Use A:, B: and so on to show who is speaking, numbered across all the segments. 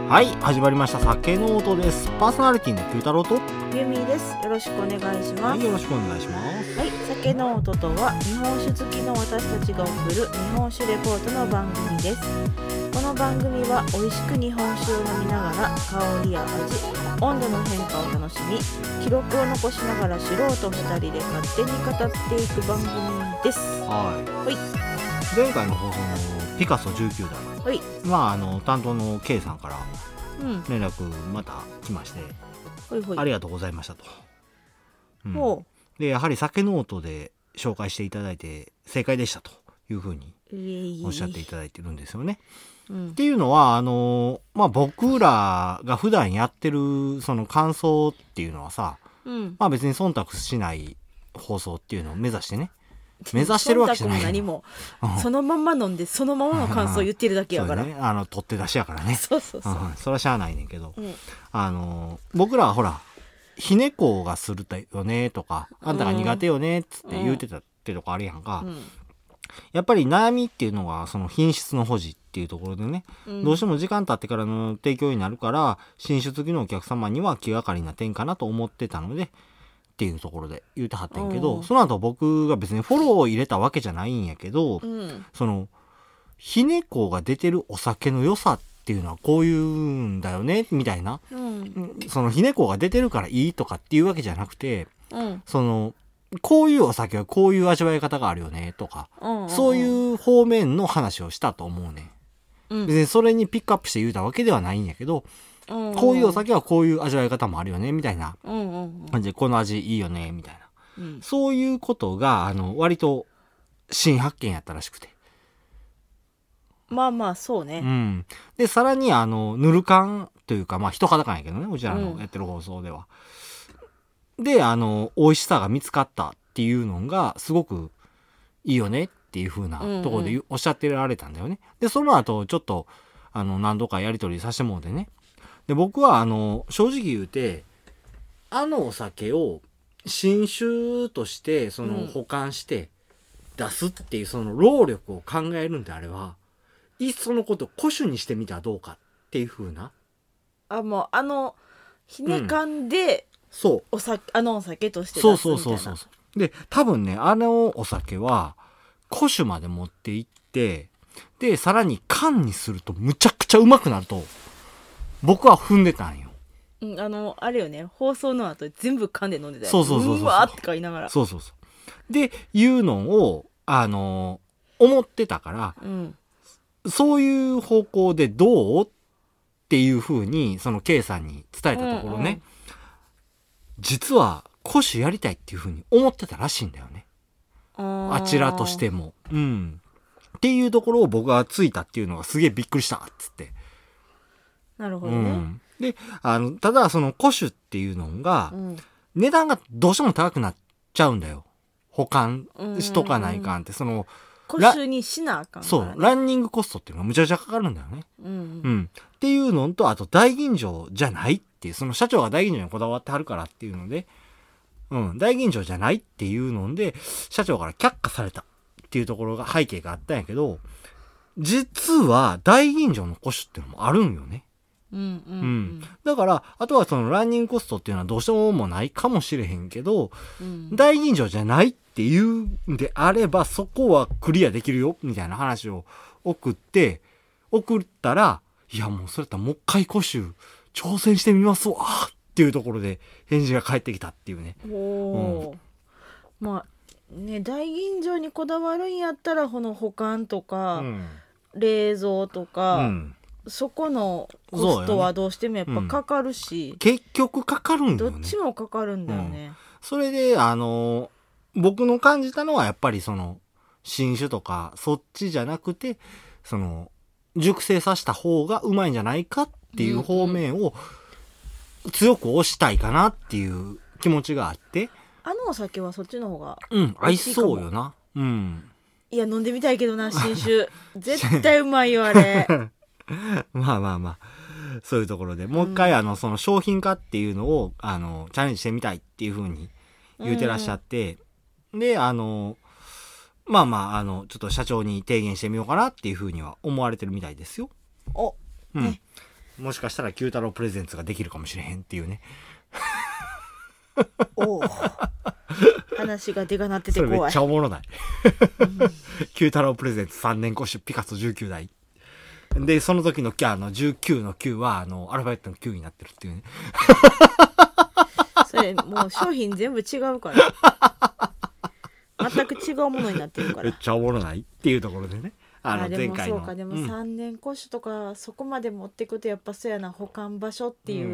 A: はい、始まりました酒の音です。パーソナリティの九太郎と
B: ゆみです。よろしくお願いします。
A: はい、よろしくお願いします。
B: はい、酒の音とは日本酒好きの私たちが送る日本酒レポートの番組です。この番組は美味しく日本酒を飲みながら香りや味、温度の変化を楽しみ、記録を残しながら素人2人で勝手に語っていく番組です。
A: はい。前回の放送のピカソ19代、
B: はい、
A: 担当の K さんから連絡また来まして、ありがとうございましたと。で、やはり酒の音で紹介していただいて正解でしたというふうにおっしゃっていただいてるんですよね。っていうのは僕らが普段やってるその感想っていうのはさ、別に忖度しない放送っていうのを目指してね、目指してるわけじゃない。
B: 忖度も何もそのまま飲んでそのままの感想を言ってるだけやから。
A: そうね、取って出しやからね。
B: そう、
A: それはしゃあないねんけど、僕らはほらひねこがするよねとか、あんたが苦手よねっつって言うてたってとこあるやんか。やっぱり悩みっていうのがその品質の保持っていうところでね、どうしても時間経ってからの提供になるから、進出期のお客様には気がかりな点かなと思ってたのでっていうところで言うてはってんけど、その後僕が別にフォローを入れたわけじゃないんやけど、そのひねこが出てるお酒の良さっていうのはこういうんだよねみたいな、そのひねこが出てるからいいとかっていうわけじゃなくて、そのこういうお酒はこういう味わい方があるよねとか、そういう方面の話をしたと思うね。別にそれにピックアップして言うたわけではないんやけど、こういうお酒はこういう味わい方もあるよねみたいな感じで、この味いいよねみたいな、そういうことが割と新発見やったらしくて、
B: そうね。
A: でさらにぬる感というか、人裸やけどね、うちらのやってる放送では、で美味しさが見つかったっていうのがすごくいいよねっていう風なところでおっしゃってられたんだよね。でその後ちょっと何度かやり取りさせてもらってね、で僕は正直言うてお酒を新酒としてその保管して出すっていうその労力を考えるんであれば、いっそのこと古酒にしてみたらどうかっていう風な、
B: ひね缶で、お酒として出すみたいな。そう
A: で多分ね、お酒は古酒まで持っていって、でさらに缶にするとむちゃくちゃうまくなると僕は踏んでたんよ。
B: あれよね、放送の後全部缶で飲んでたよ。
A: う
B: わーって買いながら。
A: でいうのを思ってたから、そういう方向でどうっていう風にその K さんに伝えたところね、実は古酒やりたいっていう風に思ってたらしいんだよね、あちらとしても。っていうところを僕がついたっていうのがすげえびっくりしたっつって。
B: なるほどね。
A: でただその古酒っていうのが、値段がどうしても高くなっちゃうんだよ、保管しとかないかんって。その
B: 古酒にしなあかんからね。
A: そう、ランニングコストっていうのがむちゃくちゃかかるんだよね。っていうのと、あと大吟醸じゃないっていう、その社長が大吟醸にこだわってはるからっていうので、大吟醸じゃないっていうので社長から却下されたっていうところが背景があったんやけど、実は大吟醸の古酒っていうのもあるんよね。だからあとはそのランニングコストっていうのはどうしてもないかもしれへんけど、大吟醸じゃないっていうんであればそこはクリアできるよみたいな話を送ったら、いやもうそれやったらもう一回古酒挑戦してみますわっていうところで返事が返ってきたっていうね。
B: 大吟醸にこだわるんやったらこの保管とか、冷蔵とか、そこのコストはどうしてもやっぱかかるし、
A: 結局かかるんだよね。
B: どっちもかかるんだよね。
A: それで僕の感じたのはやっぱりその新酒とかそっちじゃなくて、その熟成させた方がうまいんじゃないかっていう方面を強く推したいかなっていう気持ちがあって、
B: お酒はそっちの方が
A: 合いそうよな。
B: いや飲んでみたいけどな、新酒絶対うまいよあれ。
A: そういうところでもう一回その商品化っていうのをチャレンジしてみたいっていう風に言うてらっしゃって、でちょっと社長に提言してみようかなっていう風には思われてるみたいですよ。 もしかしたら九太郎プレゼンツができるかもしれへんっていうね。
B: おお。話がでかなってて
A: それめ
B: 怖い。
A: っちゃおもろない。九太郎プレゼンツ3年越しピカソ19代。で、その時の19の9は、アルファベットの9になってるっていうね。
B: それもう商品全部違うから。全く違うものになってるから。
A: めっちゃおもろないっていうところでね。
B: でも
A: 前回の。
B: そうか、でも3年越しとか、そこまで持ってくとやっぱそうやな、保管場所っていう。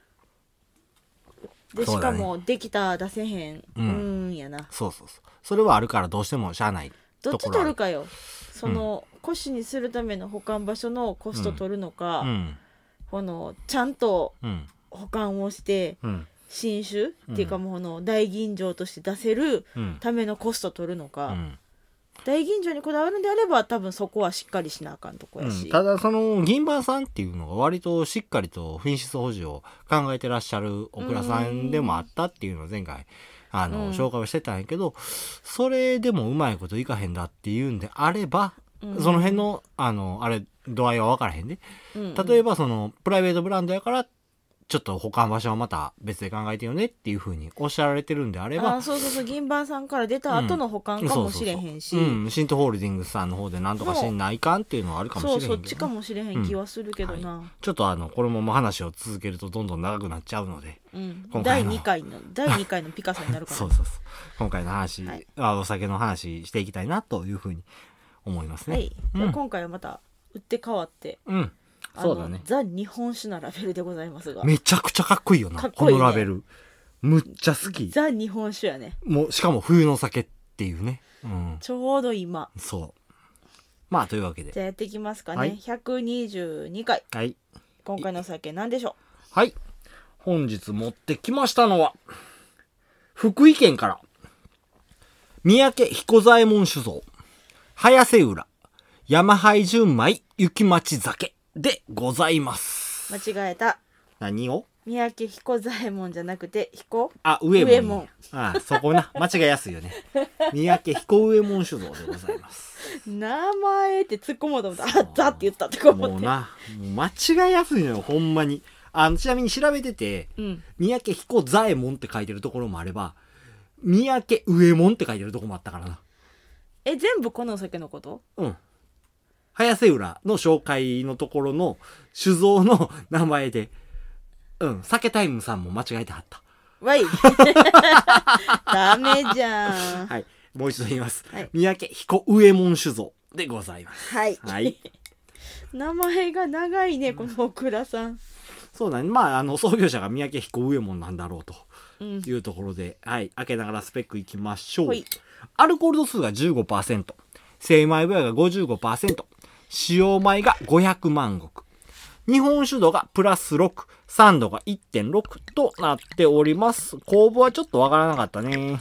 B: で、しかもできた出せへん、やな。
A: そう。それはあるからどうしてもしゃあないところ。
B: どっち取るかよ。その、古紙にするための保管場所のコスト取るのか、ちゃんと保管をして、新種っていうかもう大吟醸として出せるためのコスト取るのか、大吟醸にこだわるんであれば多分そこはしっかりしなあかんとこやし、
A: ただその銀盤さんっていうのが割としっかりと品質保持を考えてらっしゃるオクラさんでもあったっていうのを前回紹介をしてたんやけど、それでもうまいこといかへんだっていうんであれば、その辺の度合いは分からへんで、例えばそのプライベートブランドやからちょっと保管場所はまた別で考えてよねっていう風におっしゃられてるんであれば、
B: そう銀盤さんから出た後の保管かもしれへんし、
A: シントホールディングスさんの方でなんとかしないかんっていうのはあるかもしれへんけど、
B: そっちかもしれへん気はするけどな、
A: ちょっとこのまま話を続けるとどんどん長くなっちゃうので、
B: 第2回のピカソになるから
A: そう今回の話、お酒の話していきたいなという風に思いますね。
B: 今回はまた打って変わって、
A: そうだね。
B: ザ日本酒なラベルでございますが、
A: めちゃくちゃかっこいいよな。かっこいいね、このラベルむっちゃ好き。
B: ザ日本酒やね。
A: もうしかも冬の酒っていうね、
B: ちょうど今。
A: まあというわけで
B: じゃあやっていきますかね。122回。今回のお酒何でしょ
A: う。本日持ってきましたのは福井県から三宅彦左衛門酒造早瀬浦山灰純米雪町酒でございます。
B: 間違えた。
A: 何を？
B: 三宅彦左衛門じゃなくて彦
A: 上門。そこな間違いやすいよね。三宅彦右衛門酒造でございます。
B: 名前って突っ込もうと思った。ザって言ったって思って。
A: もう間違いやすいのよほんまに。ちなみに調べてて、三宅彦左衛門って書いてるところもあれば、三宅右衛門って書いてるところもあったからな。
B: 全部このお酒のこと？
A: 早瀬浦の紹介のところの酒造の名前で、酒タイムさんも間違えてはった。
B: わいダメじゃん。
A: もう一度言います。三宅彦右衛門酒造でございます。
B: 名前が長いね、このオクラさん。
A: そうだね。創業者が三宅彦右衛門なんだろうというところで、開けながらスペックいきましょう。アルコール度数が 15%、精米部合が 55%、使用米が500万石、日本酒度がプラス6、酸度が 1.6 となっております。酵母はちょっとわからなかったね。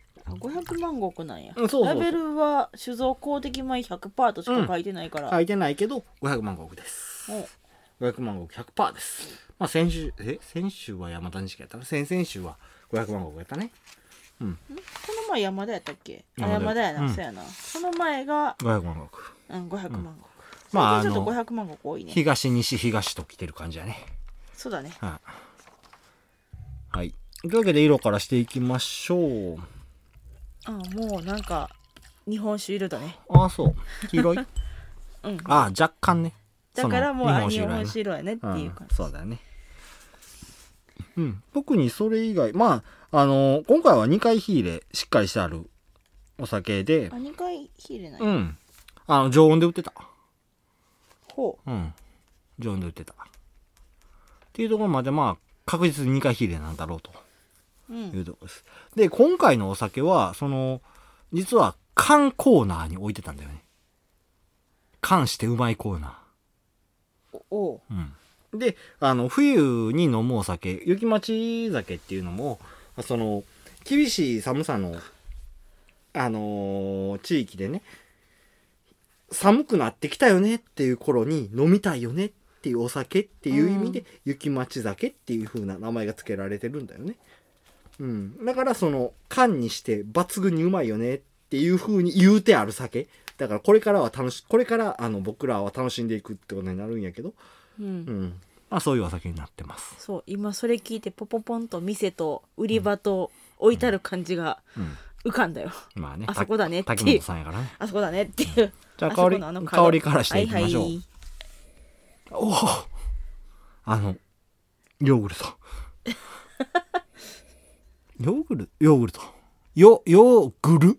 B: 500万石なんや。ラベルは酒造公的米 100% としか書いてないから、
A: 書いてないけど500万石です。500万石 100% です。先週は山田錦やったな。先々週は500万石やったね。
B: この前山田やったっけ？山田やな、そうやな。その前が
A: 500万石。
B: 500万石。最近ちょっと500万石多いね。
A: 東西東と来てる感じやね。
B: そうだね。
A: というわけで色からしていきましょう。
B: もうなんか日本酒色だね。
A: そう黄色い若干ね。
B: だからもう日本酒色やねっていう感じ。
A: そうだよね。特にそれ以外今回は2回火入れしっかりしてあるお酒で。
B: 2回火入れない？
A: 常温で売ってた。常温で売ってたっていうところまで確実に2回火入れなんだろうというところです。で今回のお酒は実は缶コーナーに置いてたんだよね。缶してうまいコーナー。で冬に飲むお酒雪町酒っていうのも厳しい寒さの地域でね、寒くなってきたよねっていう頃に飲みたいよねっていうお酒っていう意味で、雪町酒っていう風な名前が付けられてるんだよね。だから缶にして抜群にうまいよねっていう風に言うてある酒だから、これから僕らは楽しんでいくってことになるんやけど、 まあそういうお酒になってます。
B: そう今それ聞いてポポポンと店と売り場と置いてある感じが浮かんだよ、
A: まあね、
B: あそこだねっていう
A: 滝本さんやからね。
B: あそこだねっていう
A: じゃあ
B: そこの角
A: 香りからしていきましょう。
B: はいはい、
A: おお、ヨーグルトヨーグルトヨーグルヨー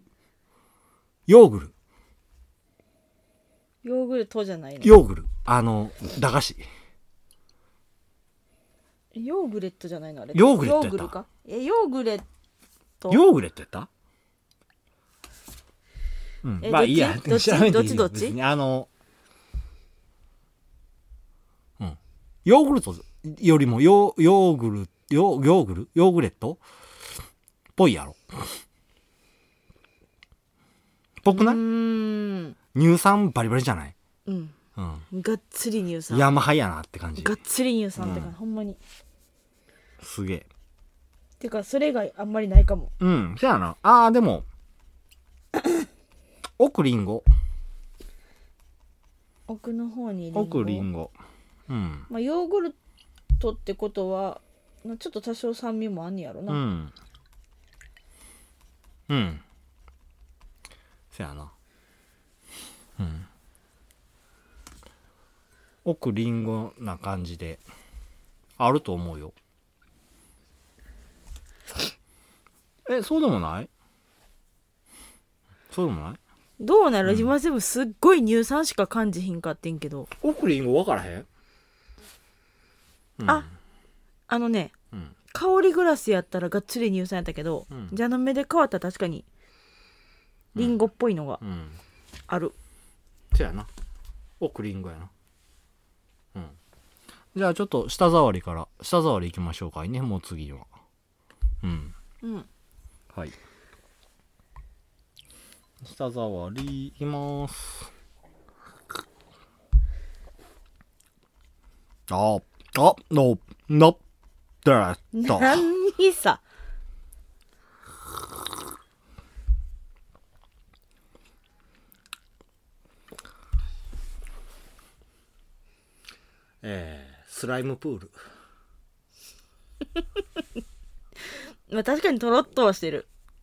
B: グルトじゃないの
A: ヨーグル駄菓子
B: ヨーグレットじゃないのあれ
A: ヨーグレットやった
B: ヨーグルかヨーグレット
A: ヨーグレットやった、まあいいや、
B: どっち
A: 調べていいよ
B: どっちどっち
A: 別にヨーグルトよりもヨーグレットっぽいやろ。ぽくない？乳酸バリバリじゃない？
B: がっつり乳酸
A: ヤマハやなって感じ。
B: がっつり乳酸って感じ、ほんまに
A: すげえ。
B: てかそれ以外あんまりないかも。
A: そやな。でも奥リンゴ
B: 奥の方に
A: 奥リンゴ
B: まあヨーグルトってことはちょっと多少酸味もあんねやろな。
A: そやな。奥リンゴな感じであると思うよ。そうでもない？そうでもない？
B: どうなる？今全部すっごい乳酸しか感じひんかってんけど。
A: 奥リンゴ分からへん？
B: 香りグラスやったらがっつり乳酸やったけど、蛇の目で変わったら確かにリンゴっぽいのがある。
A: そやな。奥リンゴやな。じゃあちょっと舌触りいきましょうかね。もう次ははい、舌触りいきます。
B: 何さ
A: スライムプール
B: まあ確かにトロッとはしてる。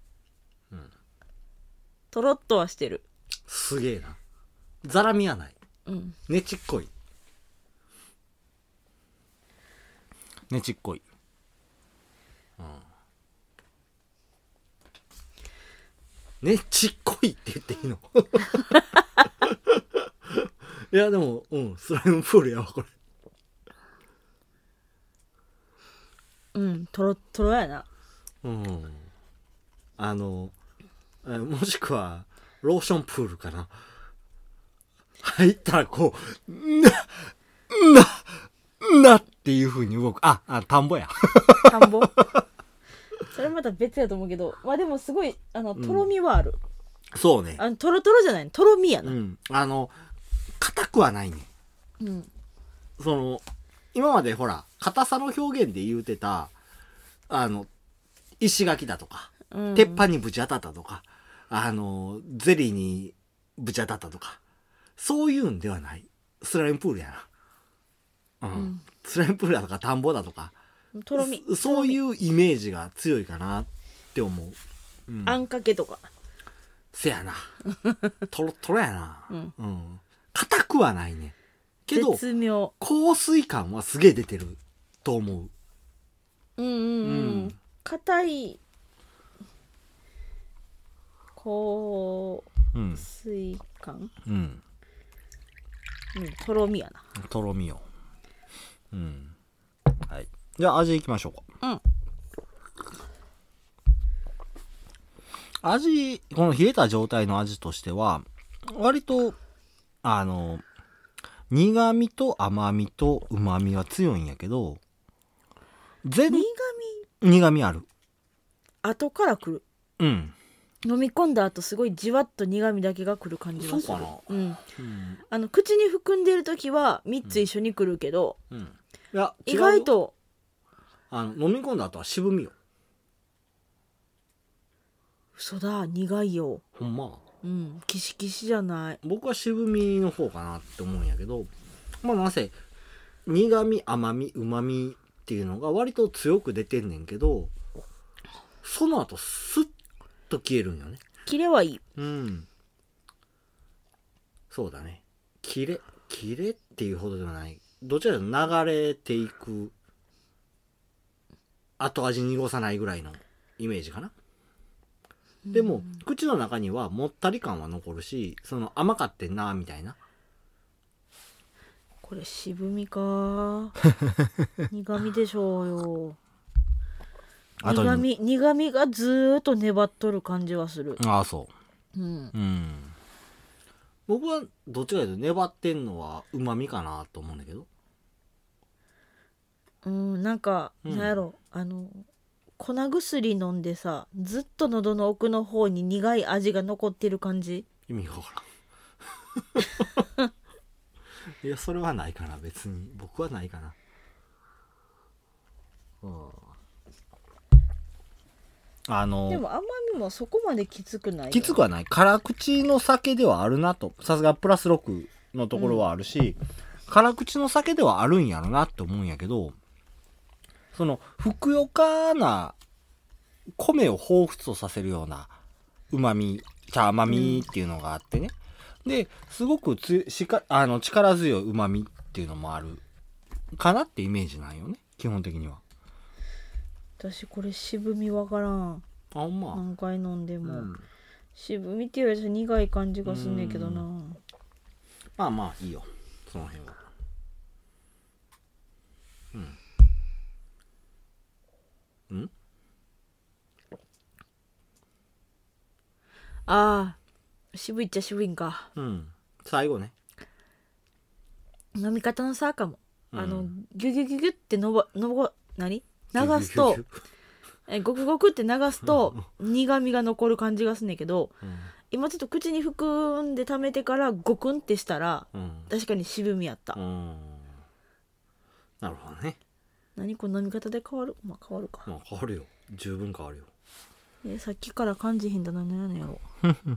B: トロッとはしてる。
A: すげえな。ザラミはない。ねちっこい。ねちっこい。ねちっこいって言っていいの？いやでもスライムプールやわこれ。
B: トロットロやな。
A: もしくはローションプールかな。入ったらこうなっていう風に動く。田んぼや。
B: 田んぼそれまた別やと思うけど、まあでもすごいとろみはある。
A: そうね。
B: トロトロじゃない、とろみやな。
A: 硬くはないね。今までほら硬さの表現で言うてた石垣だとか、鉄板にぶち当たったとか、ゼリーにぶち当たったとか、そういうんではない。スライムプールやな。スライムプールだとか田んぼだとか、
B: とろみ、
A: そういうイメージが強いかなって思う。
B: あんかけとか。
A: せやな。とろとろやな。硬くはないね。けど
B: 絶妙。
A: 香水感はすげえ出てると思う。
B: 硬い香水感。とろみやな。
A: とろみよ。はい。じゃあ味いきましょうか。味、この冷えた状態の味としては割と苦味と甘みと旨味は強いんやけど、苦味ある。
B: 後から来る。飲み込んだ後すごいじわっと苦味だけが来る感じがする。そうかな。口に含んでる時は3つ一緒に来るけど、
A: いや
B: 意外と
A: 飲み込んだ後は渋みよ。
B: 嘘だ、苦いよ。
A: ほんま。
B: キシキシじゃない。
A: 僕は渋みの方かなって思うんやけど、まあなぜ苦味甘みうまみっていうのが割と強く出てんねんけど、その後スッと消えるんよね。
B: キレはいい。
A: そうだね。キレっていうほどではない。どちらかというと流れていく、後味濁さないぐらいのイメージかな。でも口の中にはもったり感は残るし、その甘かってんなみたいな。
B: これ渋みか苦味でしょうよ。苦味がずーっと粘っとる感じはする。
A: ああそう。僕はどっちかというと粘ってんのはうまみかなと思うんだけど。
B: なんか、なんやろ、粉薬飲んでさ、ずっと喉の奥の方に苦い味が残ってる感じ。
A: 意味がわからん。いやそれはないかな、別に僕はないかな。
B: でも甘みもそこまできつくないよ。
A: きつくはない。辛口の酒ではあるなと、さすがプラス6のところはあるし、辛口の酒ではあるんやろなって思うんやけど、そのふくよかな米を彷彿とさせるような旨味、甘みっていうのがあってね。ですごく力強い旨味っていうのもあるかなってイメージなんよね、基本的には。
B: 私これ渋みわからん。
A: ほんま。
B: 何回飲んでも、渋みっていうより苦い感じがすんねんけどな。
A: まあまあいいよ、その辺は。
B: ああ、渋いっちゃ渋いんか。
A: 最後ね。
B: 飲み方の差かも。ギュギュギュギュって流すとゴクゴクって流すと苦味が残る感じがすんねんけど、今ちょっと口に含んで溜めてからゴクンってしたら、確かに渋みやった。
A: なるほどね。
B: 何これ飲み方で変わる？まあ変わるか。
A: まあ変わるよ、十分変わるよ。
B: さっきから感じひんだな、何やろ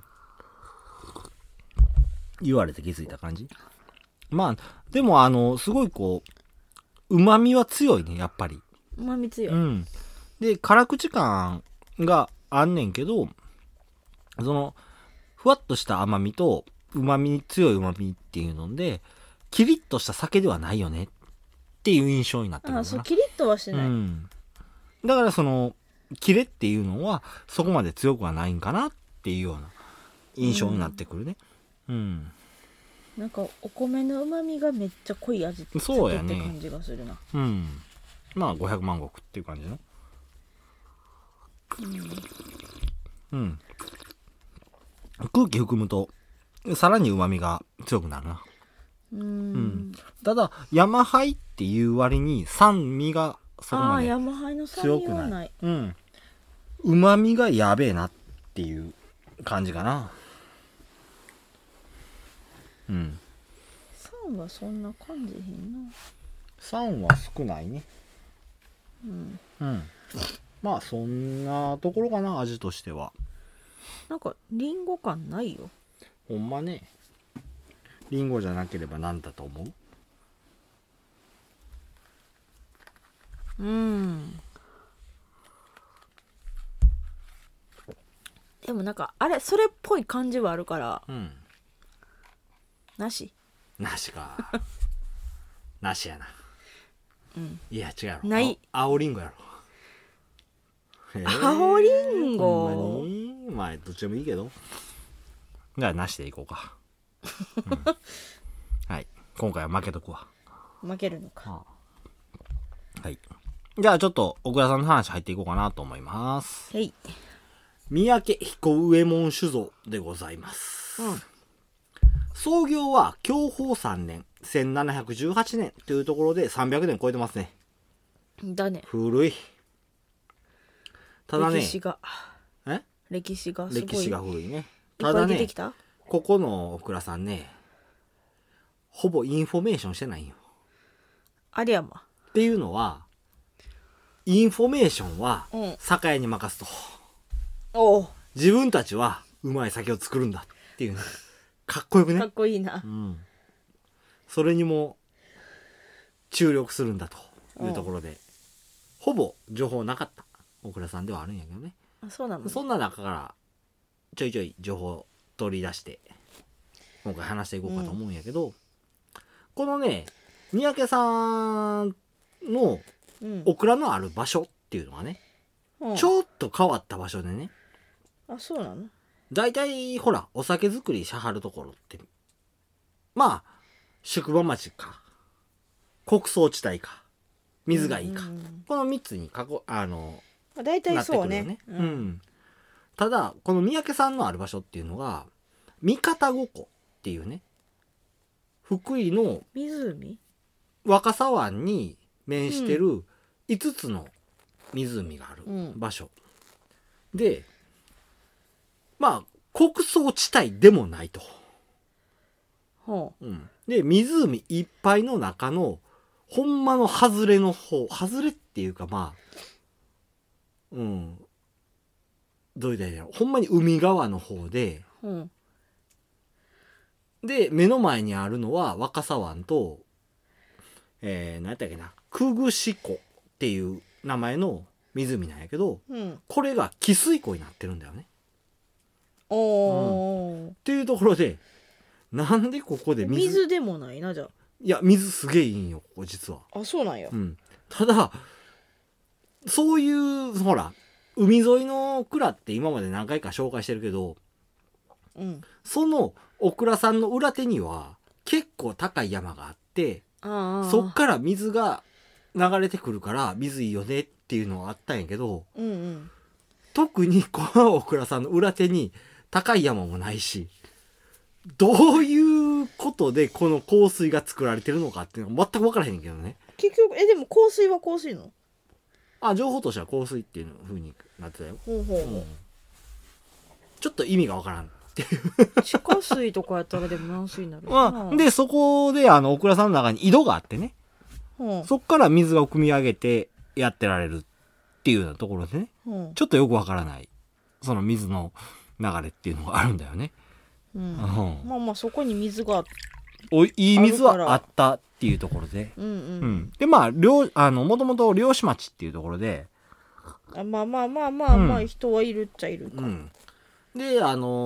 A: 言われて気づいた感じ。まあでもすごいこう旨味は強いね、やっぱり。
B: 旨味強い。
A: で辛口感があんねんけど、そのふわっとした甘みと強い旨味っていうので、キリッとした酒ではないよねっていう印象になってるかな。
B: そうキリッとはしない。
A: だからそのキレっていうのはそこまで強くはないんかなっていうような印象になってくるね。
B: なんかお米の旨味がめっちゃ濃い味って
A: そうやね
B: って感じがするな。
A: まあ500万石っていう感じの。空気含むとさらに旨味が強くなるな。ただ山ハイっていう割に酸味がそこまで
B: 山ハイの酸味はない。
A: 旨味がやべえなっていう感じかな。
B: 酸はそんな感じへんな。
A: 酸は少ないね。まあそんなところかな、味としては。
B: なんかリンゴ感ないよ。
A: ほんまね。リンゴじゃなければ何だと思う？
B: でもなんかそれっぽい感じはあるから、なし
A: か。なしやな。いや違うやろ。
B: ない。
A: 青リンゴやろ。
B: 青リンゴ。
A: ほんまに？まあどっちでもいいけど。じゃあなしでいこうか。はい。今回は負けとくわ。
B: 負けるのか。
A: はい。じゃあちょっと小倉さんの話入っていこうかなと思います。三宅彦右衛門酒造でございます。創業は享保3年1718年というところで300年超えてますね。
B: だね。
A: 古い。ただね、
B: 歴史がすごい。
A: 歴史が古いね。
B: ただね、
A: ここの小倉さんね、ほぼインフォメーションしてないんよ。
B: ありゃま。
A: っていうのは、インフォメーションは酒屋に任すと。自分たちはうまい酒を作るんだっていうね。かっこよくね。
B: かっこいいな。
A: それにも注力するんだというところで、ほぼ情報なかった大倉さんではあるんやけどね。
B: あ、そうなの。
A: そんな中からちょいちょい情報を取り出して今回話していこうかと思うんやけど、このね三宅さんのオクラのある場所っていうのはね、ちょっと変わった場所でね。
B: あ、そうなの。
A: だいたいほらお酒作りしはるところってまあ宿場町か穀倉地帯か水がいいか、この3つに
B: だいたいそうね。
A: ただこの三宅さんのある場所っていうのが三方五湖っていうね、福井の
B: 湖
A: 若狭湾に面してる5つの湖がある場所、でまあ穀倉地帯でもないと、で湖いっぱいの中のほんまの外れの方、外れっていうかまあどういうたらいいんだろう、ほんまに海側の方で、で目の前にあるのは若狭湾と何やったっけな、久久志湖っていう名前の湖なんやけど、これが汽水湖になってるんだよね。っていうところで、なんでここで
B: 水でもないな。じゃあ
A: いや水すげえいいんよここ実は。
B: あ、そうなんや。
A: ただそういうほら海沿いの蔵って今まで何回か紹介してるけど、そのオクラさんの裏手には結構高い山があって、そっから水が流れてくるから水いいよねっていうのがあったんやけど、特にこのオクラさんの裏手に高い山もないし、どういうことでこの香水が作られてるのかっていうのが全く分からへんけどね。
B: 結局でも香水は香水の
A: 情報としては香水っていう風になってたよ。ちょっと意味が分からんっていう
B: 地下水とかやったらでも軟水になる
A: でそこでオクラさんの中に井戸があってね、そっから水を汲み上げてやってられるっていうようなところでね、ちょっとよく分からないその水の流れっていうのがあるんだよね。
B: まあまあそこに水が
A: いい水はあったっていうところで、でまあもともと漁師町っていうところで、
B: まあ人はいるっちゃいるか。
A: で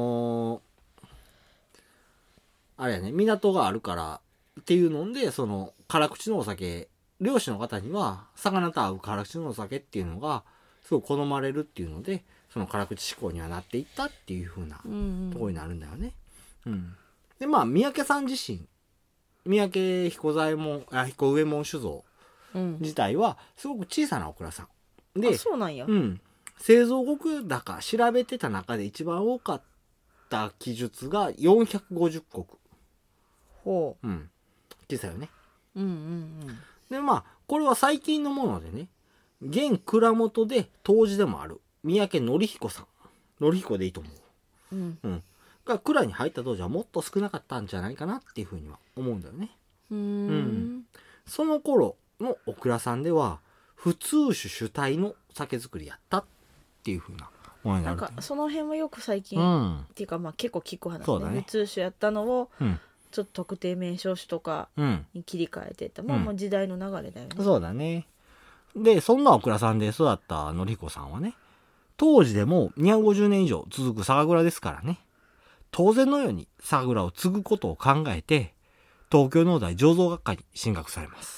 A: あれやね、港があるからっていうので、その辛口のお酒、漁師の方には魚と合う辛口のお酒っていうのがすごく好まれるっていうので、その辛口志向にはなっていったっていう風なところになるんだよね。でまあ三宅さん自身、三宅彦左衛門彦右衛門酒造自体はすごく小さなオクラさんで、
B: そうなんや。
A: 製造国高調べてた中で一番多かった記述が450石。小さいよね。でまあこれは最近のものでね、現蔵元で当時でもある三宅典彦さん、典彦でいいと思う。が蔵に入った当時はもっと少なかったんじゃないかなっていうふうには思うんだよね。その頃のオクラさんでは普通酒主体の酒造りやったっていうふうなものになる。
B: なんかその辺はよく最近、っていうかまあ結構聞く話ね。普通酒やったのを、ちょっと特定名称酒とかに切り替えてた、まあ時代の流れだよね。
A: そうだね。でそんなオクラさんで育った典彦さんはね、当時でも250年以上続く酒蔵ですからね、当然のように酒蔵を継ぐことを考えて東京農大醸造学科に進学されます。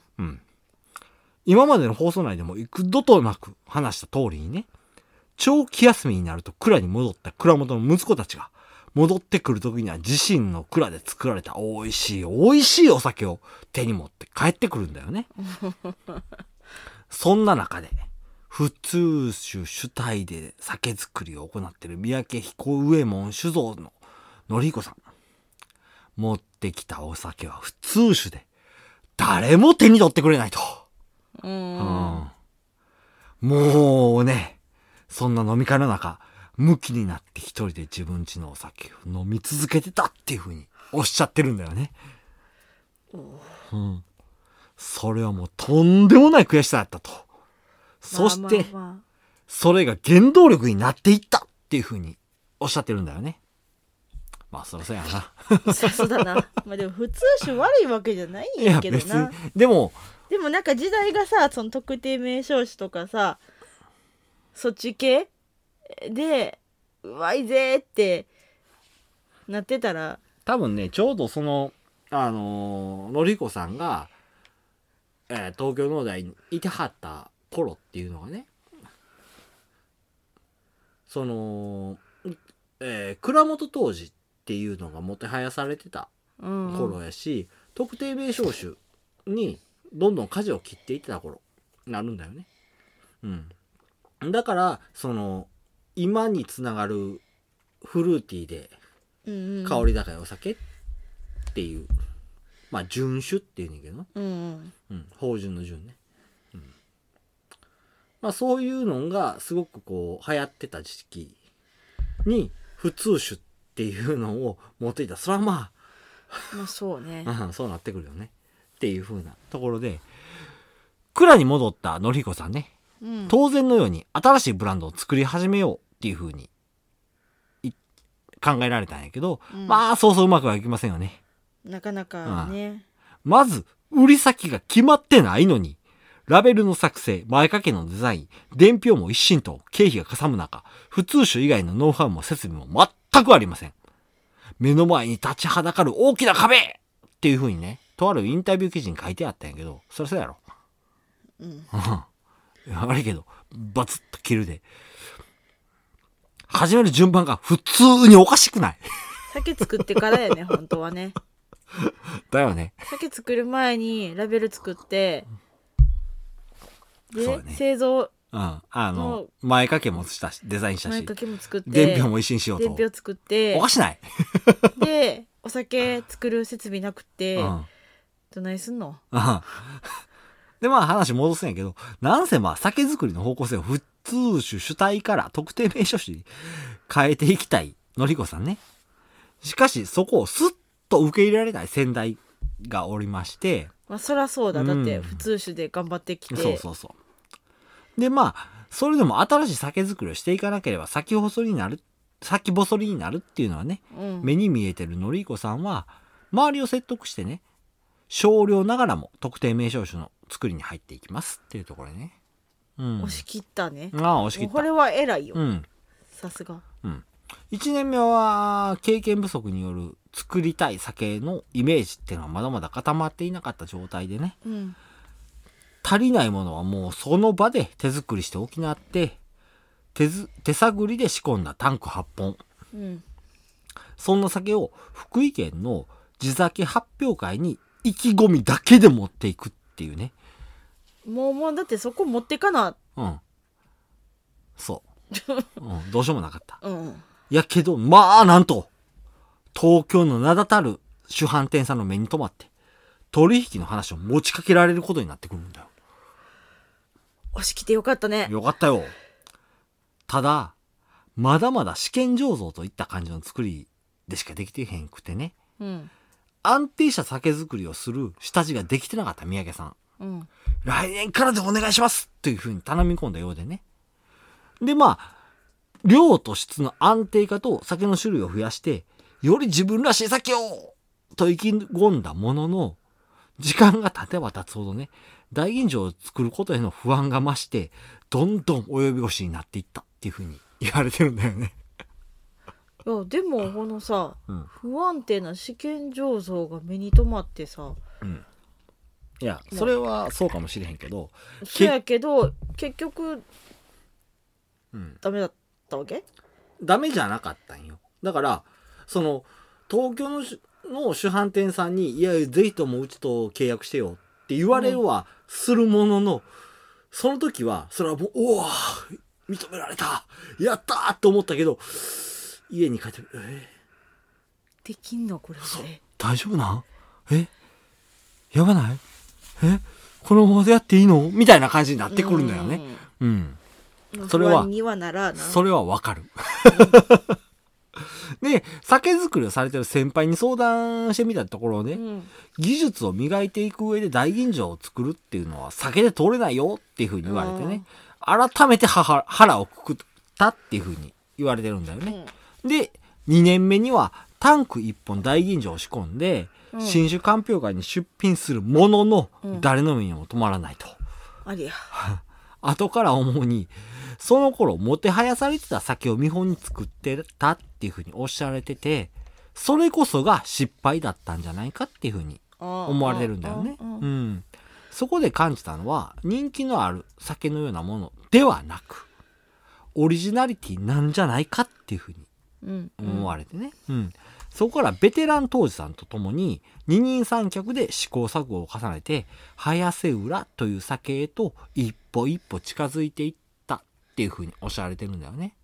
A: 今までの放送内でも幾度となく話した通りにね、長期休みになると蔵に戻った蔵元の息子たちが戻ってくる時には自身の蔵で作られた美味しいお酒を手に持って帰ってくるんだよね。そんな中で普通酒主体で酒造りを行っている三宅彦右衛門酒造の典彦さん、持ってきたお酒は普通酒で誰も手に取ってくれないと。もうね、そんな飲み会の中ムキになって一人で自分家のお酒を飲み続けてたっていう風におっしゃってるんだよね。それはもうとんでもない悔しさだったと。そして、それが原動力になっていったっていう風におっしゃってるんだよね。 まあそりゃそうやな。
B: そうだな。まあでも普通種悪いわけじゃないんやけどな。
A: 別にでも
B: なんか時代がさ、その特定名称種とかさ、そっち系でうまいぜってなってたら、
A: 多分ね、ちょうどそののりこさんが、東京農大にいてはった頃っていうのがね、その、蔵元当時っていうのがもてはやされてた頃やし、特定名称種にどんどん舵を切っていってた頃になるんだよね。だからその今につながるフルーティーで香り高いお酒っていう、まあ純酒っていうんだけど、芳醇の純ね、まあそういうのがすごくこう流行ってた時期に普通酒っていうのを持っていた。それはま
B: あそうね
A: そうなってくるよねっていう風なところで、蔵に戻ったのりひこさんね、当然のように新しいブランドを作り始めようっていう風に考えられたんやけど、まあそうそううまくはいきませんよね。
B: なかなかね。
A: まず売り先が決まってないのに、ラベルの作成、前掛けのデザイン、伝票も一新と経費がかさむ中、普通種以外のノウハウも設備も全くありません。目の前に立ちはだかる大きな壁っていう風にね、とあるインタビュー記事に書いてあったんやけど、そりゃそうやろ。悪いけど、バツッと切るで。始める順番が普通におかしくない？
B: 酒作ってからやね、本当はね。
A: だよね。
B: 酒作る前にラベル作って、で、
A: ね、
B: 製造
A: 前掛けもしたし、デザインしたし、
B: 前掛けも作って、
A: 伝票も一新しようと。
B: 伝票作って、
A: おかしない？
B: で、お酒作る設備なくて、どないすんの？
A: で、まあ話戻すんやけど、なんせまあ酒造りの方向性を普通種主体から特定名称種に変えていきたいのりこさんね。しかしそこをスッと受け入れられない先代がおりまして。
B: まあそりゃそうだ。だって普通種で頑張ってきて。
A: そう。でまあ、それでも新しい酒造りをしていかなければ先細りになるっていうのはね、目に見えてるのりこさんは、周りを説得してね、少量ながらも特定名称種の作りに入っていきますっていうところでね。
B: 押し切ったね。
A: 押し切った。
B: これは偉いよ。さすが。
A: 1年目は経験不足による作りたい酒のイメージっていうのはまだまだ固まっていなかった状態でね。足りないものはもうその場で手作りして補って手探りで仕込んだタンク8本。そんな酒を福井県の地酒発表会に意気込みだけで持っていくっていうね。
B: もうだってそこ持ってかな。
A: そう、どうしようもなかった。やけどまあなんと東京の名だたる主販店さんの目に留まって取引の話を持ちかけられることになってくるんだよ。
B: 押し切ってよかったね。
A: よかったよ。ただまだまだ試験醸造といった感じの作りでしかできてへんくてね、安定した酒造りをする下地ができてなかった三宅さん、来年からでお願いしますというふうに頼み込んだようでね。でまあ量と質の安定化と酒の種類を増やしてより自分らしい酒をと意気込んだものの、時間が経てば経つほどね、大吟醸を作ることへの不安が増してどんどん及び腰になっていったっていうふうに言われてるんだよね。
B: いやでもこのさ、不安定な試験醸造が目に留まってさ、
A: いやそれはそうかもしれへんけど、
B: そうやけど結局、ダメだったわけ？
A: ダメじゃなかったんよ。だからその東京の主販店さんにいやぜひともうちと契約してよって言われるはするものの、その時はそれはもうおお認められたやったーと思ったけど、家に帰って
B: できんのこれで
A: 大丈夫なん？やばない？このままでやっていいの？みたいな感じになってくるんだよね。それはわかる。で酒造りをされてる先輩に相談してみたところね、技術を磨いていく上で大吟醸を作るっていうのは酒で通れないよっていうふうに言われてね、改めて腹をくくったっていうふうに言われてるんだよね。で2年目にはタンク1本大吟醸を仕込んで、新酒鑑評会に出品するものの、誰の目にも止まらないと。
B: ありゃ。
A: 後から思うに、その頃もてはやされてた酒を見本に作ってたっていうふうにおっしゃられてて、それこそが失敗だったんじゃないかっていうふうに思われてるんだよね。そこで感じたのは、人気のある酒のようなものではなく、オリジナリティなんじゃないかっていうふうに思われてね。そこからベテラン杜氏さんと共に二人三脚で試行錯誤を重ねて、早瀬浦という酒へと一歩一歩近づいていったっていうふうにおっしゃられてるんだよね。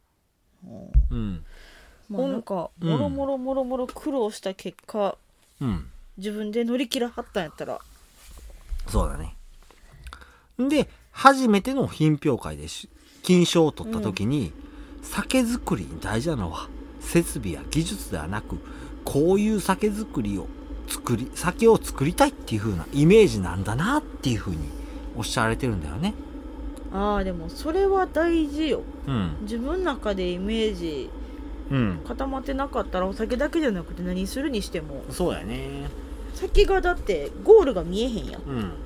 B: まあなんかもろもろ苦労した結果、自分で乗り切らはったんやったら。
A: そうだね。で、初めての品評会で金賞を取った時に、酒造りに大事なのは設備や技術ではなく、こういう酒造りを酒を作りたいっていう風なイメージなんだなっていう風におっしゃられてるんだよね。
B: でもそれは大事よ。自分の中でイメージ固まってなかったら、お酒だけじゃなくて何するにしても。
A: そうやね。
B: 先がだってゴールが見えへんやん。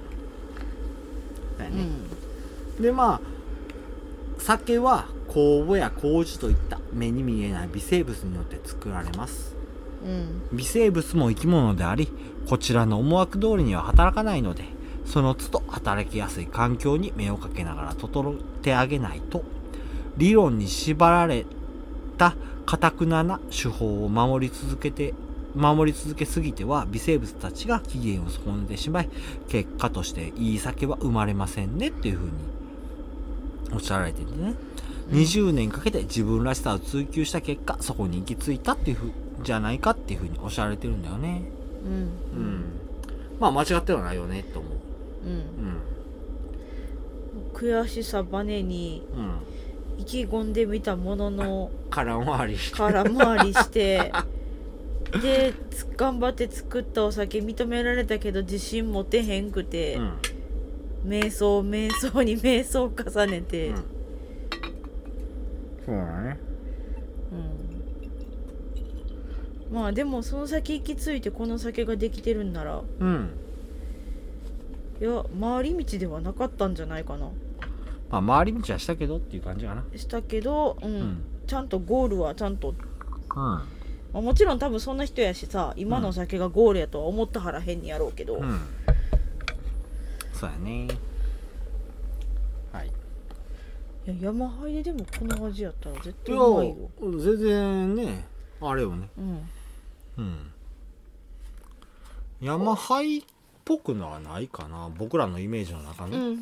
A: だよね。でまあ酒は酵母や麹といった目に見えない微生物によって作られます。微生物も生き物であり、こちらの思惑通りには働かないので、その都度働きやすい環境に目をかけながら整ってあげないと、理論に縛られた堅くなな手法を守り続けすぎては、微生物たちが機嫌を損ねてしまい、結果としていい酒は生まれませんねっていうふうにおっしゃられてるんでね。20年かけて自分らしさを追求した結果、そこに行き着いたっていうふうじゃないかっていうふうにおっしゃられてるんだよね。まあ間違ってはないよねと思う。
B: 悔しさバネに意気込んでみたものの、
A: 空回り
B: してで頑張って作ったお酒認められたけど自信持てへんくて、瞑想に瞑想を重ねて、
A: そうだね。
B: まあでもその先行き着いてこの酒ができてるんなら、いや回り道ではなかったんじゃないかな。
A: まあ回り道はしたけどっていう感じかな。
B: したけど、ちゃんとゴールはちゃんと、もちろん多分そんな人やしさ、今のお酒がゴールやとは思ったはらへんにやろうけど、
A: そうやね。はい。
B: いや山ハイでもこの味やったら絶対うまいよ。
A: 全然ね、あれよね。山ハイっぽくのはないかな、僕らのイメージの中ね。よ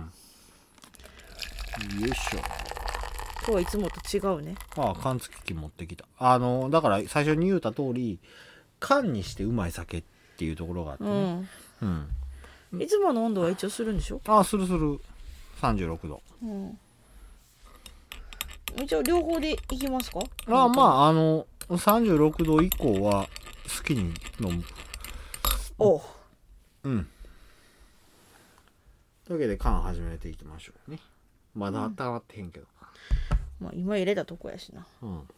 A: いしょ。
B: 今日はいつもと違うね。
A: 缶付き器持ってきた。だから最初に言うた通り、缶にしてうまい酒っていうところがあってね。
B: いつもの温度は一応するんでしょ？
A: する36度。
B: 一応両方でいきますか？
A: 36度以降は好きに飲む。というわけで缶始めていきましょうね。まだ温まってへんけど。
B: 今入れたとこやしな。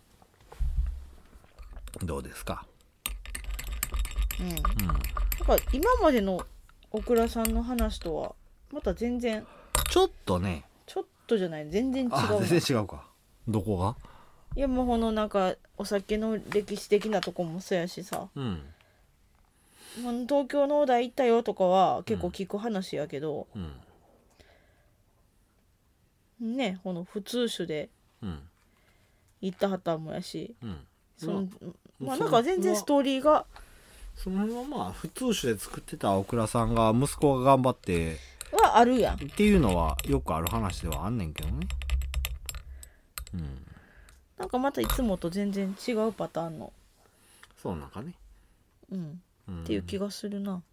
A: どうですか？
B: なんか今までのオクラさんの話とはまた全然
A: ちょっと
B: じゃない、全然違うな。
A: 全然違うか。どこが？
B: いやもうなんかお酒の歴史的なとこもそうやしさ、東京農大行ったよとかは結構聞く話やけど、ね、普通酒で行ったはったもやし、なんか全然ストーリーが
A: その辺は普通酒で作ってたオクラさんが息子が頑張って
B: はあるやん
A: っていうのはよくある話ではあんねんけどね。
B: なんかまたいつもと全然違うパターンの
A: そうなんかね。
B: っていう気がするな。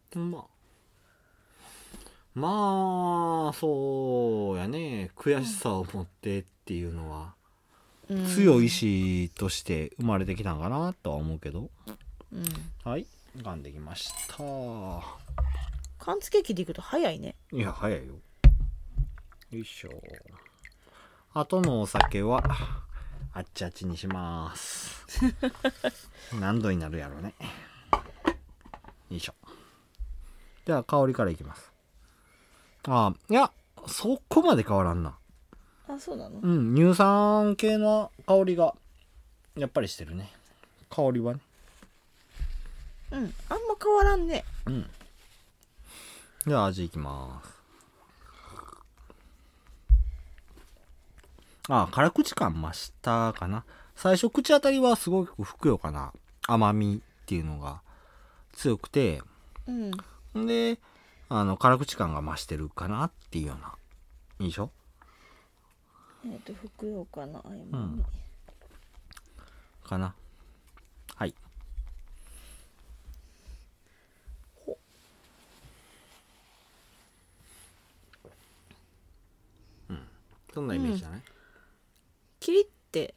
A: そうやね。悔しさを持ってっていうのは、強い意志として生まれてきたんかなとは思うけど。はい、缶できました。
B: 缶付け器でいくと早いね。
A: いや早いよ。よいしょ。あとのお酒はあっちあっちにします何度になるやろうね。よいしょ。では香りからいきます。いやそこまで変わらんな。
B: あ、そうなの？
A: 乳酸系の香りがやっぱりしてるね。香りはね。
B: あんま変わらんね。
A: では味いきます。辛口感増したかな。最初口当たりはすごくふくよかな甘みっていうのが強くて、で辛口感が増してるかなっていうような印象。
B: ふくよかな甘み、
A: かな。はい。そんなイメージじゃない？
B: キリって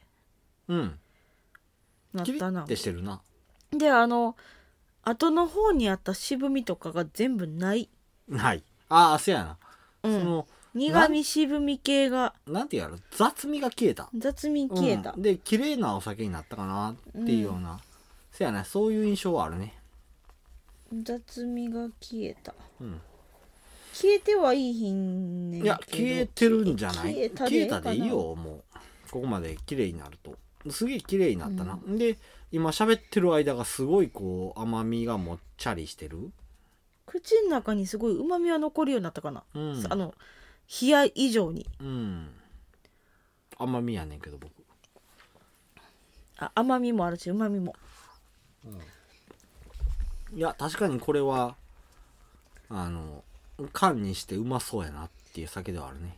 B: なっ
A: キリ
B: たな。
A: ってしてるな。
B: で後の方にあった渋みとかが全部ない。
A: ない。そうやな。その
B: 苦味渋み系が
A: なんてやろ、雑味が消えた。
B: 雑味消えた、
A: で綺麗なお酒になったかなっていうような、せやな、そういう印象はあるね。
B: 雑味が消えた、消えてはいいひんねんけど。
A: いや消えてるんじゃない？
B: 消えたでいいよ。
A: もうここまで綺麗になるとすげえ綺麗になったな、で今喋ってる間がすごいこう甘みがもっちゃりしてる。
B: 口の中にすごい旨味は残るようになったかな、冷や以上に。
A: 甘みやねんけど僕
B: 甘みもあるし旨みも、
A: いや確かにこれは缶にしてうまそうやなっていう酒ではあるね。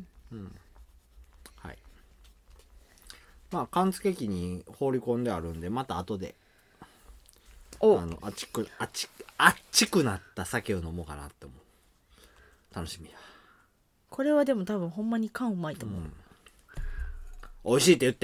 A: はい。缶付け器に放り込んであるんで、また後であっちくなった酒を飲もうかなって思う。楽しみだ。
B: これはでも多分ほんまに缶うまいと思う、
A: 美味しいって言って。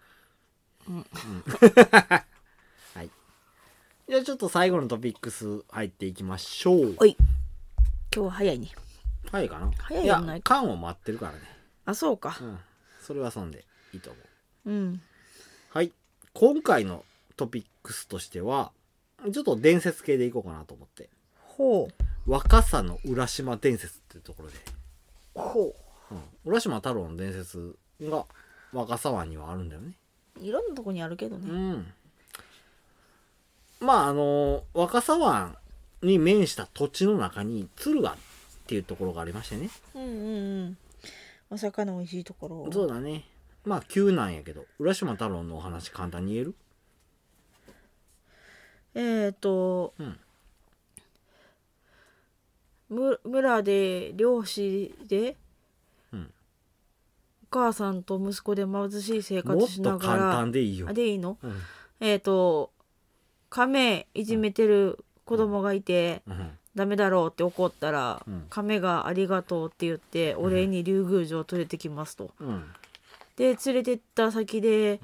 A: はい。じゃあちょっと最後のトピックス入っていきましょう。
B: おい、今日は早いね。
A: 早いかな。
B: 早いじゃないか。
A: 缶を待ってるからね。
B: そうか。
A: それはそんでいいと思
B: う。
A: はい。今回のトピックスとしてはちょっと伝説系でいこうかなと思って。若狭の浦島伝説っていうところで。浦島太郎の伝説が若狭湾にはあるんだよね。
B: いろんなとこにあるけどね。
A: 若狭湾に面した土地の中に敦賀っていうところがありましてね。
B: お魚美味しいところ。
A: そうだね。急なんやけど浦島太郎のお話簡単に言える？
B: 村で漁師で、お母さんと息子で貧しい生活しながら。
A: もっと簡単でいいよ。
B: でいいの？亀いじめてる子供がいて、ダメだろうって怒ったら、亀がありがとうって言ってお礼に竜宮城を連れてきますと。で連れてった先で、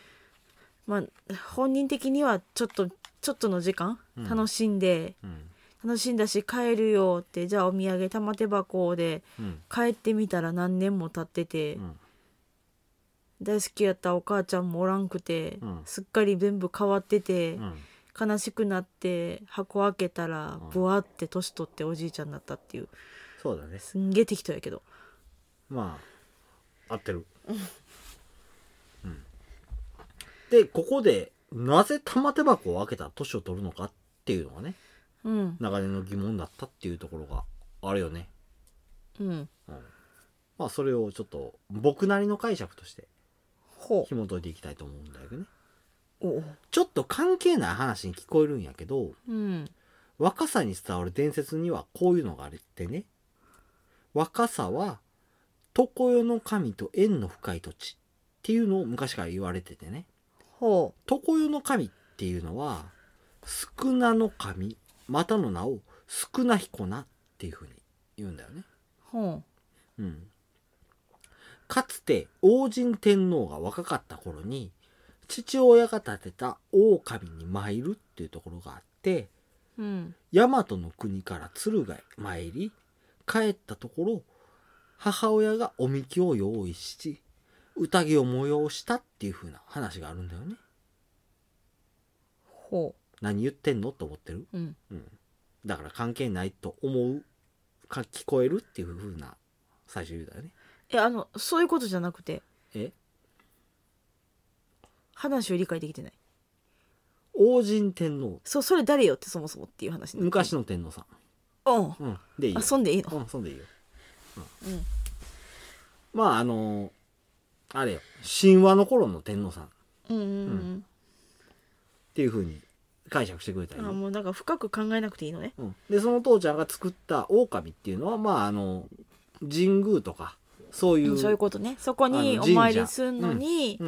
B: 本人的にはちょっとの時間、楽しんだし帰るよって、じゃあお土産玉手箱で、帰ってみたら何年も経ってて、大好きやったお母ちゃんもおらんくて、すっかり全部変わってて、悲しくなって箱開けたらブワって年取っておじいちゃんになったっていう。
A: そうだね。
B: すんげえ適当やけど
A: 合ってる。でここでなぜ玉手箱を開けたら年を取るのかっていうのがね、長年の疑問だったっていうところがあるよね。それをちょっと僕なりの解釈として紐解いていきたいと思うんだけどね。ちょっと関係ない話に聞こえるんやけど、若狭に伝わる伝説にはこういうのがあってね、若狭は常世の神と縁の深い土地っていうのを昔から言われててね。常世の神っていうのは宿名の神またの名を宿名彦名っていうふうに言うんだよね。かつて王神天皇が若かった頃に父親が建てた大神に参るっていうところがあって、大和の国から敦賀へ参り帰ったところ、母親がおみきを用意し、 宴を催したっていう風な話があるんだよね。
B: ほ
A: 何言ってんのと思ってる、
B: う。うん。
A: だから関係ないと思うか聞こえるっていう風な最初言うだよね。
B: そういうことじゃなくて、
A: え
B: 話を理解できてない。
A: 王神天皇、
B: それ誰よってそもそもっていう話になってる。
A: 昔の天皇さん。でいいよ。
B: そんでいいの。
A: そんでいいよ。まああれよ、神話の頃の天皇さんっていう風に解釈してくれたり、
B: もうなんか深く考えなくていいのね。
A: でその父ちゃんが作った狼っていうのはまあ神宮とかそういう、
B: そういうことね。そこにお参りするのに、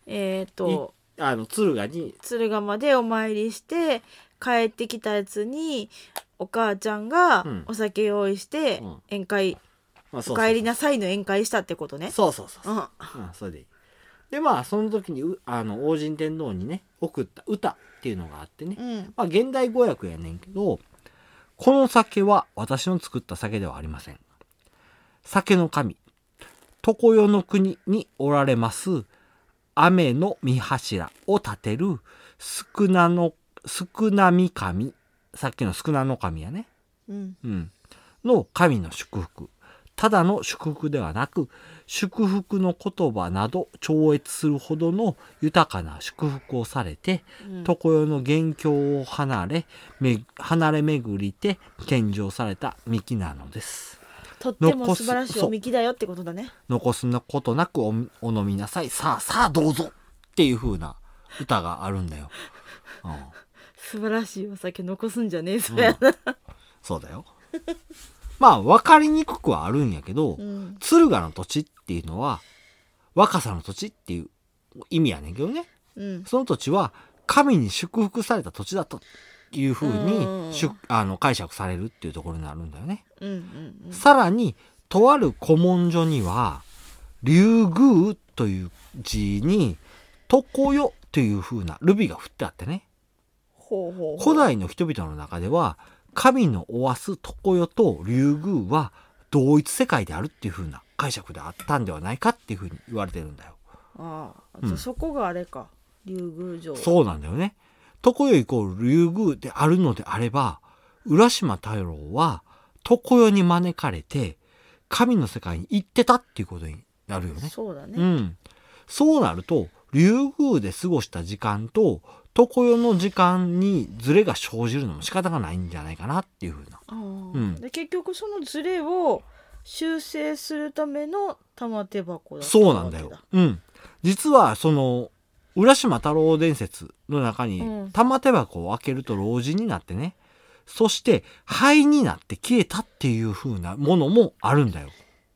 A: 敦賀に
B: 敦賀までお参りして帰ってきたやつにお母ちゃんがお酒用意して宴会、お帰りなさいの宴会したってことね。
A: そう、それでいい。でまあその時に王神天皇にね送った歌っていうのがあってね、まあ現代語訳やねんけど、この酒は私の作った酒ではありません。酒の神常世の国におられます雨の御柱を立てる少なみ神、さっきの少なの神やね、の神の祝福、ただの祝福ではなく祝福の言葉など超越するほどの豊かな祝福をされて、常世の元凶を離れ巡りて献上された幹なのです。
B: とっても素晴らしいお幹だよってことだね。
A: 残すことなくお飲みなさい、さあどうぞっていう風な歌があるんだよ。
B: 素晴らしいお酒残すんじゃねえそやな、
A: そうだよ。まあ分かりにくくはあるんやけど、敦賀の土地っていうのは若さの土地っていう意味やねんけどね、その土地は神に祝福された土地だというふうに解釈されるっていうところになるんだよね。さらにとある古文書には竜宮という字に常世というふうなルビが振ってあってね、古代の人々の中では神のおわす常世と竜宮は同一世界であるっていう風な解釈であったんではないかっていう風に言われてるんだよ。
B: じゃあそこがあれか、竜宮城。
A: そうなんだよね。常世イコール竜宮であるのであれば、浦島太郎は常世に招かれて神の世界に行ってたっていうことになるよね。
B: そうだね。
A: そうなると竜宮で過ごした時間と常世の時間にズレが生じるのも仕方がないんじゃないかなっていうふうな。
B: で結局そのズレを修正するための玉手箱だった。
A: そうなんだよ。実はその浦島太郎伝説の中に、玉手箱を開けると老人になってね、そして灰になって消えたっていう風なものもあるんだよ。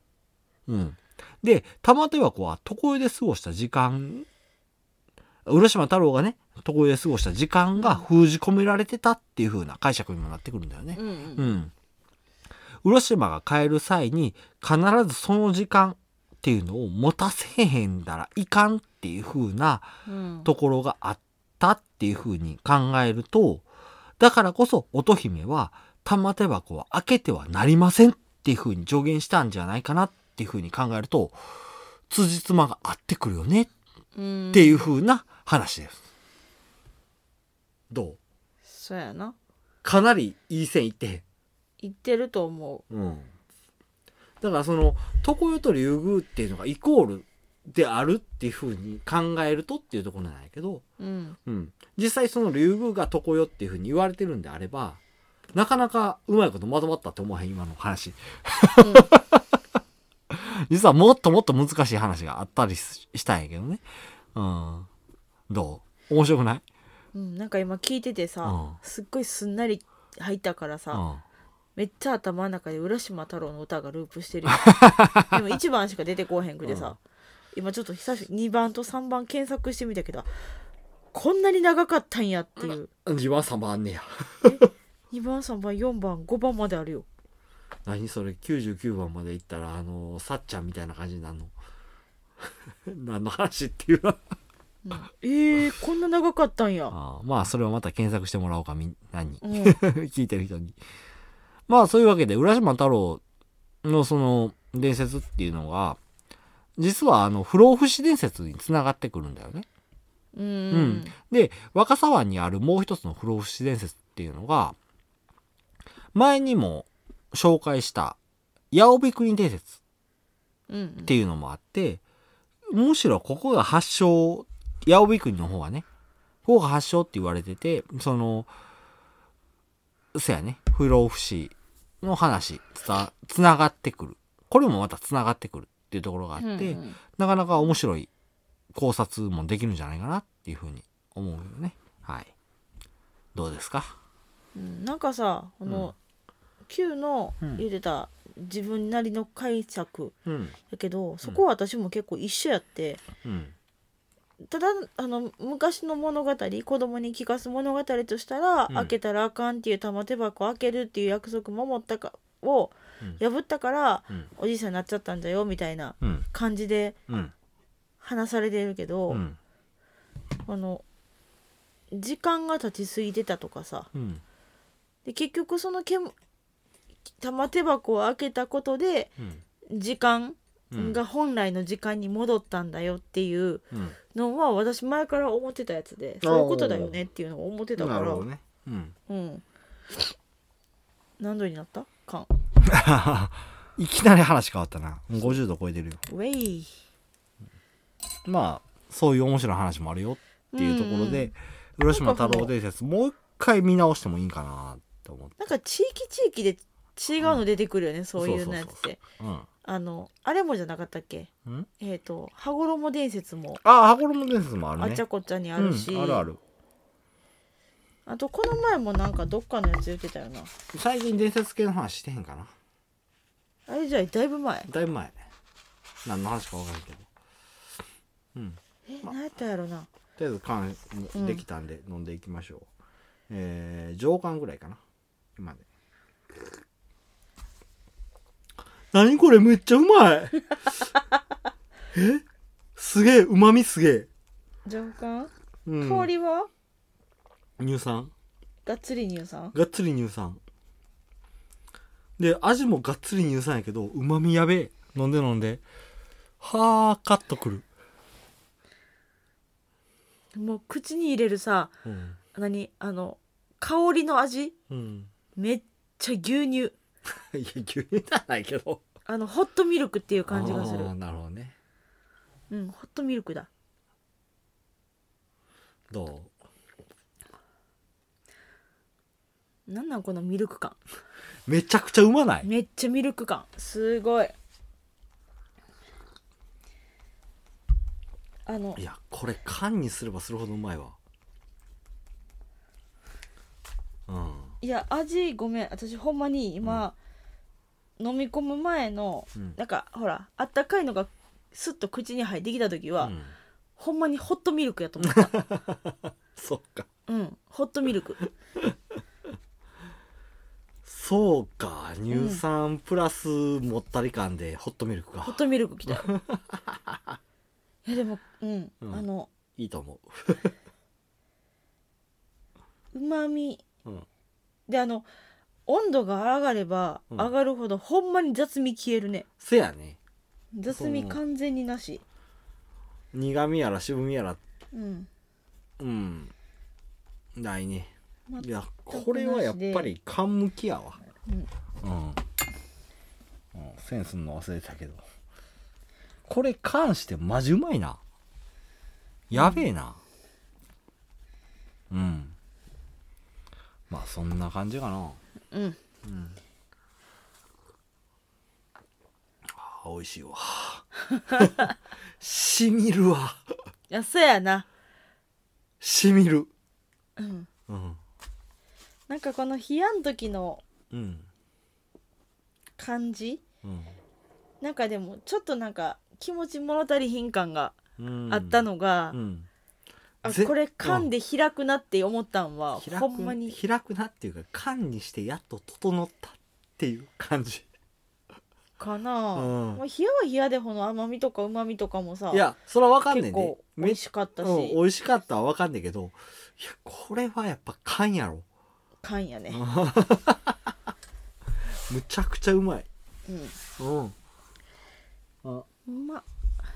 A: で玉手箱は常世で過ごした時間、浦島太郎がね常世で過ごした時間が封じ込められてたっていう風な解釈にもなってくるんだよね。浦島が帰る際に必ずその時間っていうのを持たせへんだらいかんっていう風なところがあったっていう風に考えると、だからこそ乙姫は玉手箱は開けてはなりませんっていう風に助言したんじゃないかなっていう風に考えると、辻褄が合ってくるよねっていう風な話です。どう？
B: そうやな。
A: かなりいい線いってへん。
B: いってると思う。
A: だからその常世と竜宮っていうのがイコールであるっていう風に考えるとっていうところなんやけど、実際その竜宮が常世っていう風に言われてるんであれば、なかなかうまいことまとまったって思わへん今の話。実はもっともっと難しい話があったりしたんやけどね。どう？面白くない？
B: なんか今聞いててさ、すっごいすんなり入ったからさ、めっちゃ頭の中で浦島太郎の歌がループしてるよ。でも1番しか出てこへんくてさ、今ちょっと久しぶり2番と3番検索してみたけど、こんなに長かったんやっていう。
A: 2番3番あんねや。
B: 2番3番4番5番まであるよ。
A: 何それ99番までいったらさっちゃんみたいな感じになるの？何の話っていうの。
B: こんな長かったんや。
A: まあそれをまた検索してもらおうか、みんなに。聞いてる人に。まあそういうわけで浦島太郎のその伝説っていうのが実は不老不死伝説につながってくるんだよね。で若狭湾にあるもう一つの不老不死伝説っていうのが前にも紹介した八尾国伝説っていうのもあって、むしろここが発祥、八尾国の方がね、ここが発祥って言われてて、そやね、不老不死の話つながってくる、これもまたつながってくるっていうところがあって、なかなか面白い考察もできるんじゃないかなっていうふうに思うよね。はい。どうですか？
B: なんかさ、Q の言ってた自分なりの解釈だけど、そこは私も結構一緒やって、ただ昔の物語、子供に聞かす物語としたら、開けたらあかんっていう玉手箱開けるっていう約束守ったかを破ったから、おじいさんになっちゃったんだよみたいな感じで話されてるけど、時間が経ち過ぎてたとかさ、で結局その玉手箱を開けたことで、時間が本来の時間に戻ったんだよっていうのは私前から思ってたやつで、そういうことだよねっていうのを思ってたから。なるほどね。何度になったか
A: いきなり話変わったな。50度超えてるよ。
B: ウェイ。
A: まあそういう面白い話もあるよっていうところで、浦島太郎伝説もう一回見直してもいいかなって思って。
B: なんか地域で違うの出てくるよね、そういうのやつって。あれもじゃなかったっけ？羽衣伝説も。
A: 羽衣伝説もあるね。
B: あっちゃこっちゃにあるし。
A: あるある。
B: あとこの前もなんかどっかのやつ言ってたよな。
A: 最近伝説系の話してへんかな。
B: あれじゃあだいぶ前。
A: だいぶ前。何の話か分からんけど。
B: 何やったやろな。
A: とりあえず缶できたんで飲んでいきましょう。上缶ぐらいかな今で。何これめっちゃうまいすげえ、うまみすげえ。
B: 上缶、香りは
A: 乳酸、
B: がっつり乳酸、
A: がっつり乳酸で、味もがっつり乳酸やけどうまみやべえ。飲んではあ、カッとくる。
B: もう口に入れるさ、香りの味、めっちゃ牛乳。
A: いや牛乳じゃないけど
B: ホットミルクっていう感じがする。
A: なるほどね。
B: ホットミルクだ。
A: ど
B: うなんこのミルク感。
A: めちゃくちゃうまない？
B: めっちゃミルク感すごい。
A: いやこれ缶にすればするほどうまいわ。
B: いや味ごめん、私ほんまに今、飲み込む前の、なんかほらあったかいのがスッと口に入ってきた時は、ほんまにホットミルクやと思った。
A: そっか。
B: ホットミルク。
A: そうか、乳酸プラスもったり感でホットミルクか。
B: ホットミルクきた。いやでも
A: いいと思
B: う。うまみ、で温度が上がれば上がるほど、ほんまに雑味消えるね。
A: せやね。
B: 雑味完全になし。
A: 苦味やら渋みやらないね。いやこれはやっぱり缶向きやわ。センスの忘れてたけど、これ缶してマジうまいな。やべえな。まあそんな感じかな。美味しいわ。しみるわ。
B: いやそうやな。
A: しみる。
B: なんかこの冷やん時の感じ、なんかでもちょっとなんか気持ち物足りひん感があったのが、これ缶で開くなって思ったんは、ほんまに
A: 開くなっていうか缶にしてやっと整ったっていう感じ
B: かな。冷やは冷やでこの甘みとかうまみとかもさ、
A: いやそれは分かんねんで、
B: 結構美味しかったし、
A: 美味しかったは分かんねんけど、いやこれはやっぱ缶やろ。
B: 缶やね。
A: むちゃくちゃうまい。
B: うまっ。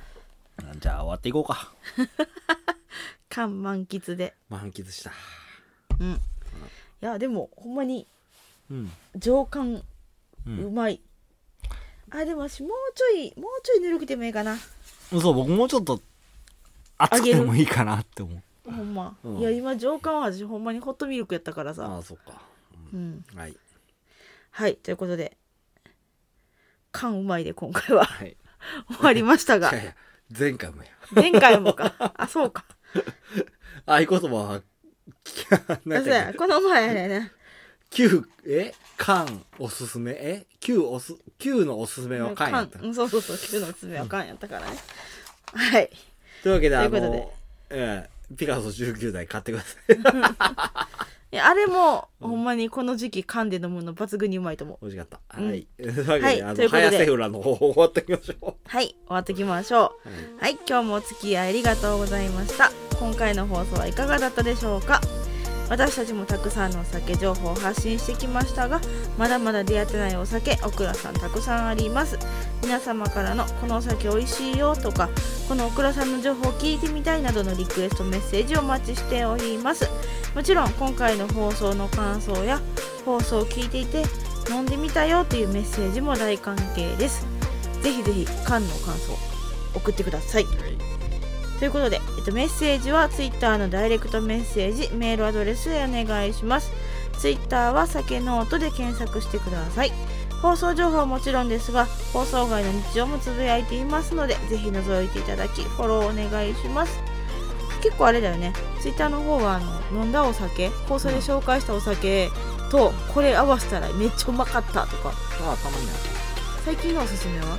A: じゃあ終わっていこうか。
B: 缶満喫で。
A: 満喫した。
B: うん。いやでもほんまに
A: うん
B: 上缶
A: う
B: うまい。あでも私もうちょいぬるくてもいいかな。
A: そう僕もうちょっと熱くてもいいかなって思う。
B: ほんま、
A: うん
B: いや今上缶は私ほんまにホットミルクやったからさ。
A: ああそっか。
B: うん
A: はい
B: はいということで缶うまいで今回は
A: はい
B: 終わりましたが
A: いやいや前回もや
B: 前回もかあそうか
A: 合言葉はなん
B: そうやこの前あれやね
A: 9缶おすすめ9のおすすめは缶やった。
B: そう9のおすすめは缶やったからねはい
A: というわけで
B: ということで
A: ピカソ19台買ってください。
B: いやあれも、ほんまにこの時期缶で飲むの抜群にうまいと思う。
A: 美味しかった。
B: うん
A: はい。というわけで、
B: はいということで
A: 早瀬浦の方終わっていきましょ
B: はい終わってきましょう。
A: う。
B: はい今日もお付き合いありがとうございました。今回の放送はいかがだったでしょうか。私たちもたくさんのお酒情報を発信してきましたが、まだまだ出会ってないお酒オクラさんたくさんあります。皆様からのこのお酒美味しいよとか、このオクラさんの情報を聞いてみたいなどのリクエストメッセージをお待ちしております。もちろん今回の放送の感想や放送を聞いていて飲んでみたよというメッセージも大歓迎です。ぜひぜひ缶の感想送ってください。ということで、メッセージは Twitter のダイレクトメッセージ、メールアドレスへお願いします。Twitter は酒ノートで検索してください。放送情報はもちろんですが、放送外の日常もつぶやいていますので、ぜひ覗いていただき、フォローお願いします。結構あれだよね、Twitter の方は飲んだお酒、放送で紹介したお酒とこれ合わせたらめっちゃうまかったとか。
A: ああ、たまにある。
B: 最近のおすすめは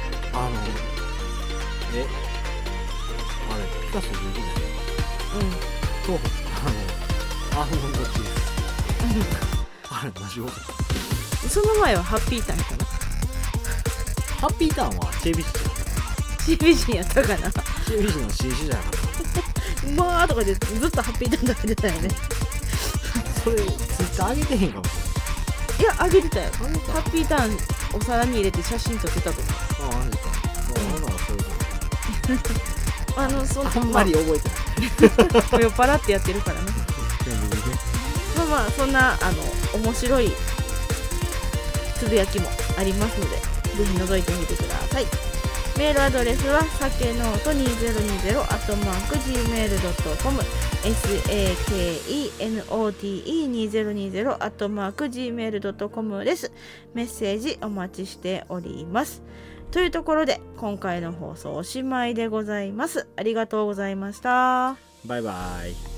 A: あれ、ピカソ19だよ。と、アーモンドチーズ。あれ、マジよかった。
B: その前はハッピーターンかな。
A: ハッピーターンはチェビシ
B: チービジンやったかな。
A: チェビシの新種じゃなかった。
B: うまーとかでずっとハッピーターン食べてたよね。
A: それ、ツイッター上げてへんかもし
B: いや、あげてたよ。
A: あげた
B: ハッピーターンお皿に入れて写真撮ってたとか。
A: れない。あ、マジか。もう、そういうこ
B: そ
A: と。あんまり覚えてない。
B: 酔っ払ってやってるからね。まあそんな面白いつぶやきもありますので、ぜひ覗いてみてください。メールアドレスは酒ノート2020@gmail.com sakenote2020@gmail.com です。メッセージお待ちしております。というところで今回の放送おしまいでございます。ありがとうございました。
A: バイバイ。